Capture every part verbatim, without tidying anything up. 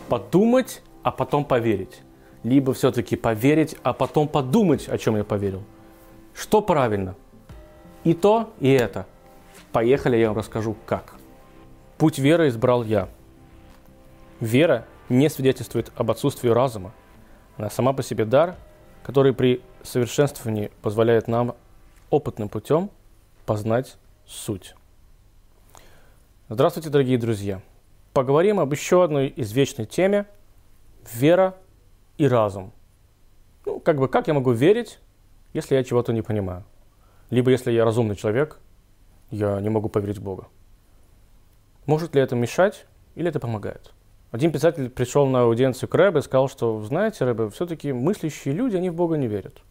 подумать, а потом поверить. Либо все-таки поверить, а потом подумать, о чем я поверил. Что правильно? И то, и это. Поехали, я вам расскажу, как. Путь веры избрал я. Вера не свидетельствует об отсутствии разума. Она сама по себе дар, который при совершенствовании позволяет нам опытным путем познать суть. Здравствуйте, дорогие друзья! Поговорим об еще одной извечной теме – вера и разум. Ну, как бы, как я могу верить, если я чего-то не понимаю? Либо, если я разумный человек, я не могу поверить в Бога. Может ли это мешать или это помогает? Один писатель пришел на аудиенцию к Рэбе и сказал, что, знаете, Рэбе, все-таки мыслящие люди, они в Бога не верят.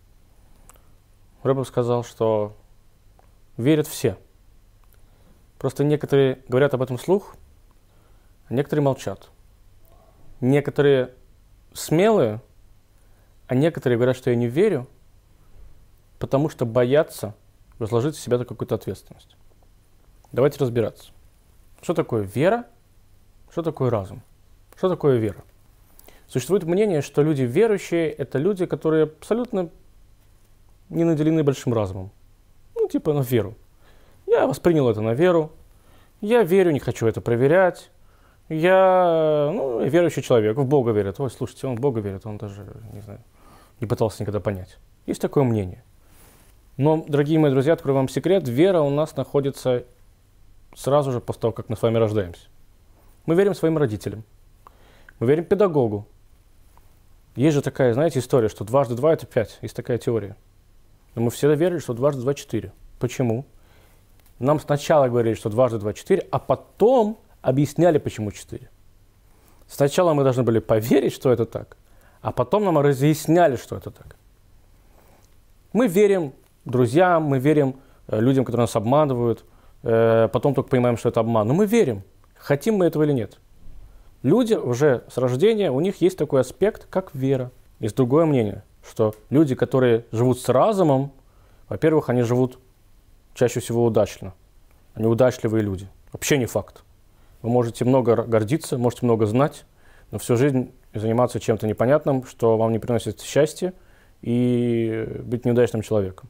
Рэбе сказал, что верят все. Просто некоторые говорят об этом вслух, а некоторые молчат. Некоторые смелые, а некоторые говорят, что я не верю, потому что боятся возложить в себя какую-то ответственность. Давайте разбираться. Что такое вера? Что такое разум? Что такое вера? Существует мнение, что люди верующие – это люди, которые абсолютно не наделены большим разумом. Ну, типа на веру. Я воспринял это на веру. Я верю, не хочу это проверять. Я, ну, верующий человек, в Бога верит. Ой, слушайте, он в Бога верит, он даже, не знаю, не пытался никогда понять. Есть такое мнение. Но, дорогие мои друзья, открою вам секрет, вера у нас находится сразу же после того, как мы с вами рождаемся. Мы верим своим родителям. Мы верим педагогу. Есть же такая, знаете, история, что дважды два – это пять. Есть такая теория. Но мы всегда верили, что дважды два – четыре. Почему? Нам сначала говорили, что дважды два – четыре, а потом объясняли, почему четыре. Сначала мы должны были поверить, что это так, а потом нам разъясняли, что это так. Мы верим друзьям, мы верим э, людям, которые нас обманывают, э, потом только понимаем, что это обман. Но мы верим, хотим мы этого или нет. Люди уже с рождения, у них есть такой аспект, как вера. Есть другое мнение, что люди, которые живут с разумом, во-первых, они живут чаще всего удачно. Они удачливые люди. Вообще не факт. Вы можете много гордиться, можете много знать, но всю жизнь заниматься чем-то непонятным, что вам не приносит счастья, и быть неудачным человеком.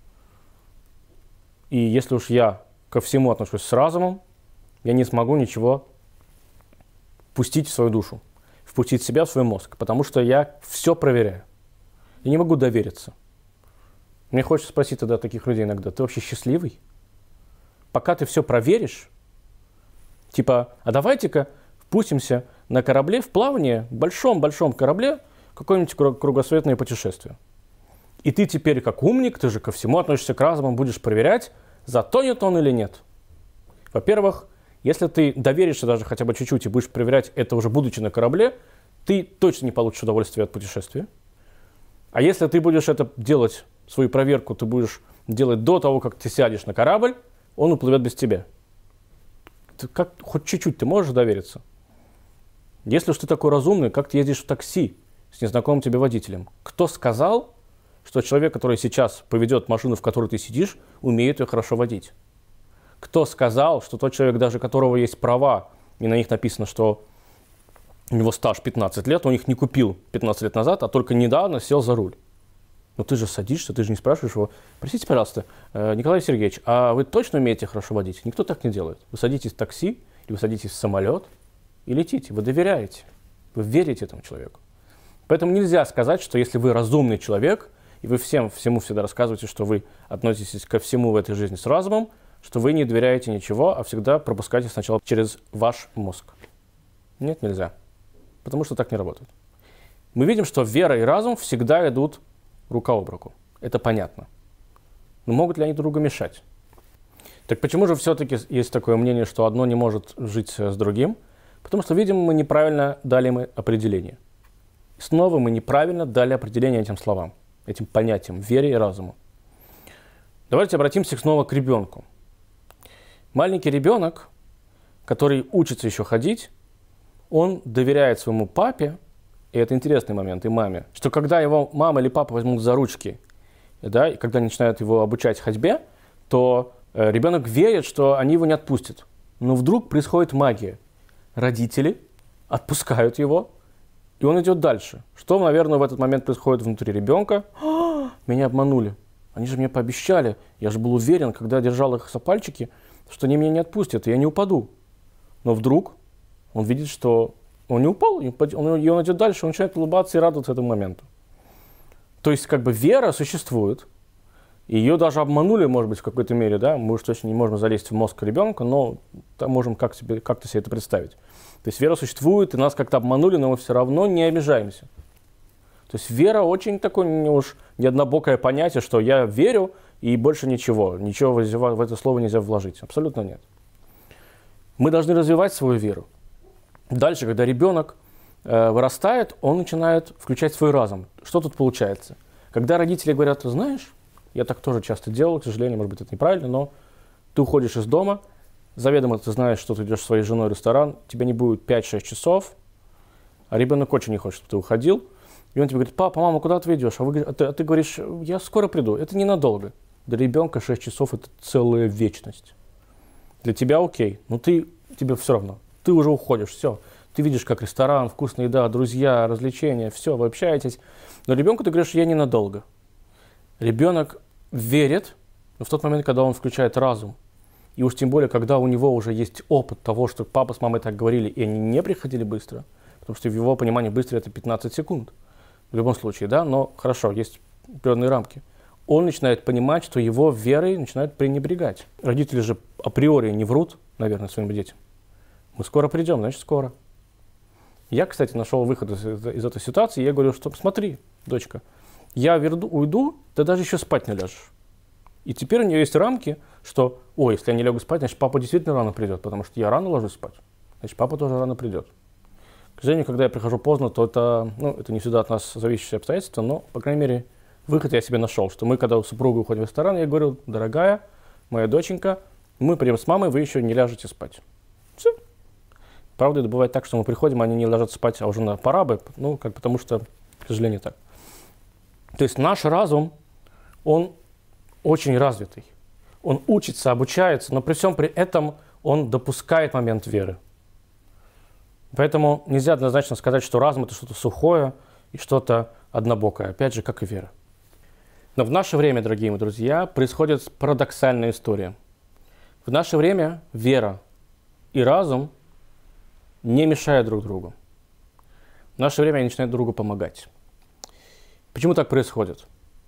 И если уж я ко всему отношусь с разумом, я не смогу ничего впустить в свою душу, впустить себя в свой мозг, потому что я все проверяю. Я не могу довериться. Мне хочется спросить тогда таких людей иногда, ты вообще счастливый? Пока ты все проверишь, типа, а давайте-ка впустимся на корабле в плавание, большом-большом корабле, какое-нибудь кругосветное путешествие. И ты теперь, как умник, ты же ко всему относишься к разуму, будешь проверять, затонет он или нет. Во-первых, если ты доверишься даже хотя бы чуть-чуть и будешь проверять это уже будучи на корабле, ты точно не получишь удовольствия от путешествия. А если ты будешь это делать, свою проверку ты будешь делать до того, как ты сядешь на корабль, он уплывет без тебя. Ты как, хоть чуть-чуть ты можешь довериться? Если уж ты такой разумный, как ты ездишь в такси с незнакомым тебе водителем? Кто сказал, что человек, который сейчас поведет машину, в которой ты сидишь, умеет ее хорошо водить? Кто сказал, что тот человек, даже которого есть права, и на них написано, что у него стаж пятнадцать лет, он их не купил пятнадцать лет назад, а только недавно сел за руль? Но ты же садишься, ты же не спрашиваешь его, простите, пожалуйста, Николай Сергеевич, а вы точно умеете хорошо водить? Никто так не делает. Вы садитесь в такси, или вы садитесь в самолет и летите. Вы доверяете, вы верите этому человеку. Поэтому нельзя сказать, что если вы разумный человек, и вы всем, всему всегда рассказываете, что вы относитесь ко всему в этой жизни с разумом, что вы не доверяете ничего, а всегда пропускаете сначала через ваш мозг. Нет, нельзя. Потому что так не работает. Мы видим, что вера и разум всегда идут рука об руку. Это понятно. Но могут ли они друг другу мешать? Так почему же все-таки есть такое мнение, что одно не может жить с другим? Потому что, видимо, мы неправильно дали мы определение. Снова мы неправильно дали определение этим словам, этим понятиям, вере и разуму. Давайте обратимся снова к ребенку. Маленький ребенок, который учится еще ходить, он доверяет своему папе, и это интересный момент, и маме, что когда его мама или папа возьмут за ручки, да, и когда начинают его обучать ходьбе, то э, ребенок верит, что они его не отпустят. Но вдруг происходит магия. Родители отпускают его, и он идет дальше. Что, наверное, в этот момент происходит внутри ребенка? А, меня обманули. Они же мне пообещали. Я же был уверен, когда держал их за пальчики, что они меня не отпустят, и я не упаду. Но вдруг он видит, что он не упал, и он, и он идет дальше, он начинает улыбаться и радоваться этому моменту. То есть, как бы, вера существует. Ее даже обманули, может быть, в какой-то мере, да, мы уж точно не можем залезть в мозг ребенка, но там можем как себе, как-то себе это представить. То есть вера существует, и нас как-то обманули, но мы все равно не обижаемся. То есть вера очень такое не уж не однобокое понятие, что я верю и больше ничего, ничего в это слово нельзя вложить. Абсолютно нет. Мы должны развивать свою веру. Дальше, когда ребенок э, вырастает, он начинает включать свой разум. Что тут получается? Когда родители говорят, ты знаешь, я так тоже часто делал, к сожалению, может быть, это неправильно, но ты уходишь из дома, заведомо ты знаешь, что ты идешь со своей женой в ресторан, тебя не будет пять-шесть часов, а ребенок очень не хочет, чтобы ты уходил, и он тебе говорит, папа, мама, куда ты идешь? А, вы, а, ты, а ты говоришь, я скоро приду. Это ненадолго. Для ребенка шесть часов – это целая вечность. Для тебя окей, но ты, тебе все равно. Ты уже уходишь, все. Ты видишь, как ресторан, вкусная еда, друзья, развлечения, все, вы общаетесь. Но ребенку ты говоришь, я ненадолго. Ребенок верит в тот момент, когда он включает разум. И уж тем более, когда у него уже есть опыт того, что папа с мамой так говорили, и они не приходили быстро. Потому что в его понимании быстро это пятнадцать секунд. В любом случае, да, но хорошо, есть определенные рамки. Он начинает понимать, что его верой начинают пренебрегать. Родители же априори не врут, наверное, своим детям. Мы скоро придем, значит, скоро. Я, кстати, нашел выход из, из этой ситуации. Я говорю, что смотри, дочка, я верду, уйду, ты даже еще спать не ляжешь. И теперь у нее есть рамки, что, ой, если я не лягу спать, значит, папа действительно рано придет, потому что я рано ложусь спать. Значит, папа тоже рано придет. К сожалению, когда я прихожу поздно, то это, ну, это не всегда от нас зависящие обстоятельства, но, по крайней мере, выход я себе нашел, что мы, когда с супругой уходим в ресторан, я говорю, дорогая, моя доченька, мы придем с мамой, вы еще не ляжете спать. Все. Правда, это бывает так, что мы приходим, они не ложатся спать, а уже на пора бы, ну, как, потому что, к сожалению, так. То есть наш разум, он очень развитый. Он учится, обучается, но при всем при этом он допускает момент веры. Поэтому нельзя однозначно сказать, что разум – это что-то сухое и что-то однобокое, опять же, как и вера. Но в наше время, дорогие мои друзья, происходит парадоксальная история. В наше время вера и разум не мешают друг другу. В наше время они начинают друг другу помогать. Почему так происходит?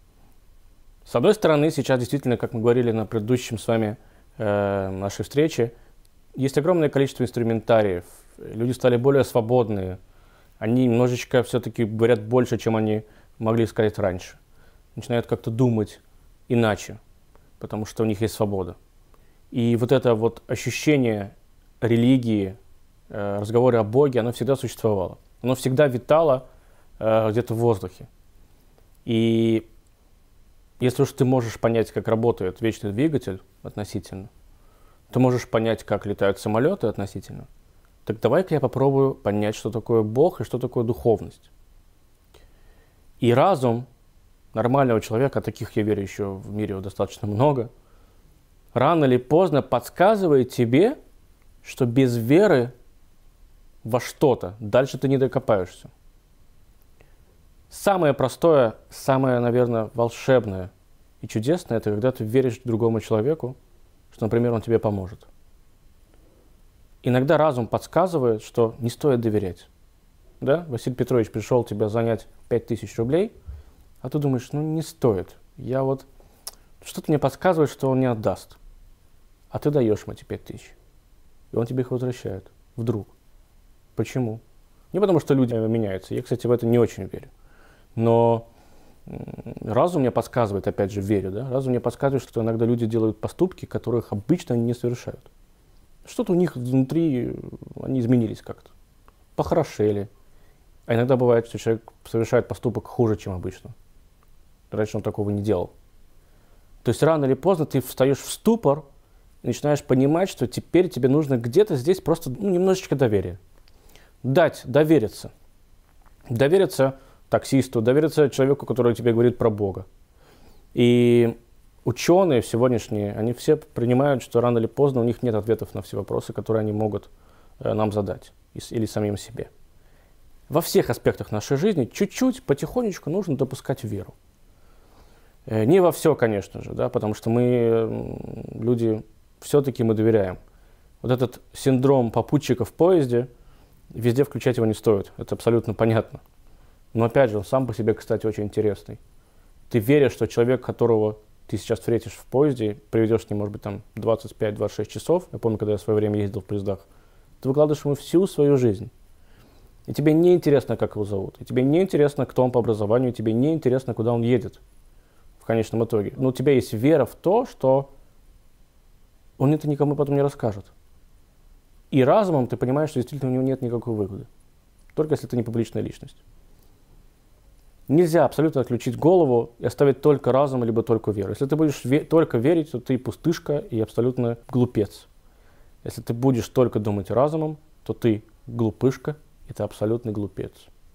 С одной стороны, сейчас действительно, как мы говорили на предыдущем с вами э, нашей встрече, есть огромное количество инструментариев. Люди стали более свободные. Они немножечко все-таки говорят больше, чем они могли сказать раньше. Начинают как-то думать иначе, потому что у них есть свобода. И вот это вот ощущение религии, э, разговоры о Боге, оно всегда существовало. Оно всегда витало э, где-то в воздухе. И если уж ты можешь понять, как работает вечный двигатель относительно, ты можешь понять, как летают самолеты относительно, так давай-ка я попробую понять, что такое Бог и что такое духовность. И разум нормального человека, а таких, я верю, еще в мире достаточно много, рано или поздно подсказывает тебе, что без веры во что-то дальше ты не докопаешься. Самое простое, самое, наверное, волшебное и чудесное – это когда ты веришь другому человеку, что, например, он тебе поможет. Иногда разум подсказывает, что не стоит доверять. Да? Василий Петрович пришел тебя занять пять тысяч рублей, а ты думаешь, ну не стоит. Я вот, что-то мне подсказывает, что он не отдаст. А ты даешь ему эти пять тысяч. И он тебе их возвращает. Вдруг. Почему? Не потому, что люди меняются. Я, кстати, в это не очень верю. Но разум мне подсказывает, опять же, верю, да? Разум мне подсказывает, что иногда люди делают поступки, которых обычно они не совершают. Что-то у них внутри, они изменились как-то, похорошели. А иногда бывает, что человек совершает поступок хуже, чем обычно. Раньше он такого не делал. То есть рано или поздно ты встаешь в ступор и начинаешь понимать, что теперь тебе нужно где-то здесь просто ну, немножечко доверия. Дать, довериться. Довериться таксисту, довериться человеку, который тебе говорит про Бога. И ученые сегодняшние, они все принимают, что рано или поздно у них нет ответов на все вопросы, которые они могут э, нам задать. или самим себе. Во всех аспектах нашей жизни чуть-чуть, потихонечку нужно допускать веру. Не во все, конечно же, да, потому что мы, люди, все-таки мы доверяем. Вот этот синдром попутчика в поезде, везде включать его не стоит, это абсолютно понятно. Но опять же, он сам по себе, кстати, очень интересный. Ты веришь, что человек, которого ты сейчас встретишь в поезде, проведешь с ним, может быть, там двадцать пять - двадцать шесть часов, я помню, когда я в свое время ездил в поездах, ты выкладываешь ему всю свою жизнь. И тебе не интересно, как его зовут, и тебе не интересно, кто он по образованию, и тебе не интересно, куда он едет в конечном итоге. Но у тебя есть вера в то, что он это никому потом не расскажет. И разумом ты понимаешь, что действительно у него нет никакой выгоды. Только если ты не публичная личность. Нельзя абсолютно отключить голову и оставить только разум, либо только веру. Если ты будешь ве- только верить, то ты пустышка и абсолютно глупец. Если ты будешь только думать разумом, то ты глупышка и ты абсолютный глупец.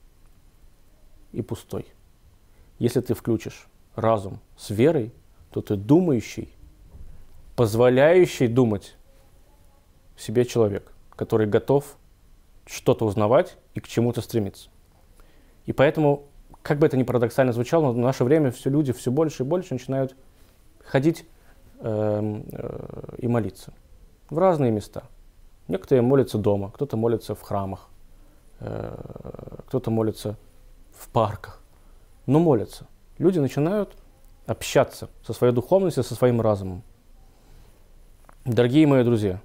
И пустой. Если ты включишь разум с верой, то ты думающий, позволяющий думать себе человек, который готов что-то узнавать и к чему-то стремиться. И поэтому, как бы это ни парадоксально звучало, но в наше время все люди все больше и больше начинают ходить э, э, и молиться в разные места. Некоторые молятся дома, кто-то молится в храмах, э, кто-то молится в парках, но молятся. Люди начинают общаться со своей духовностью, со своим разумом. Дорогие мои друзья,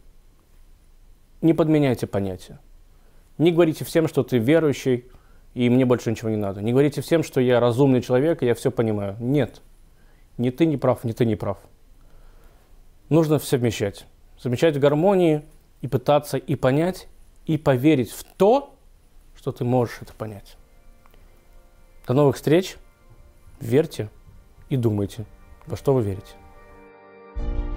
не подменяйте понятия. Не говорите всем, что ты верующий, и мне больше ничего не надо. Не говорите всем, что я разумный человек, и я все понимаю. Нет. Ни ты не прав, ни ты не прав. Нужно совмещать. Совмещать в гармонии и пытаться и понять, и поверить в то, что ты можешь это понять. До новых встреч. Верьте и думайте, во что вы верите.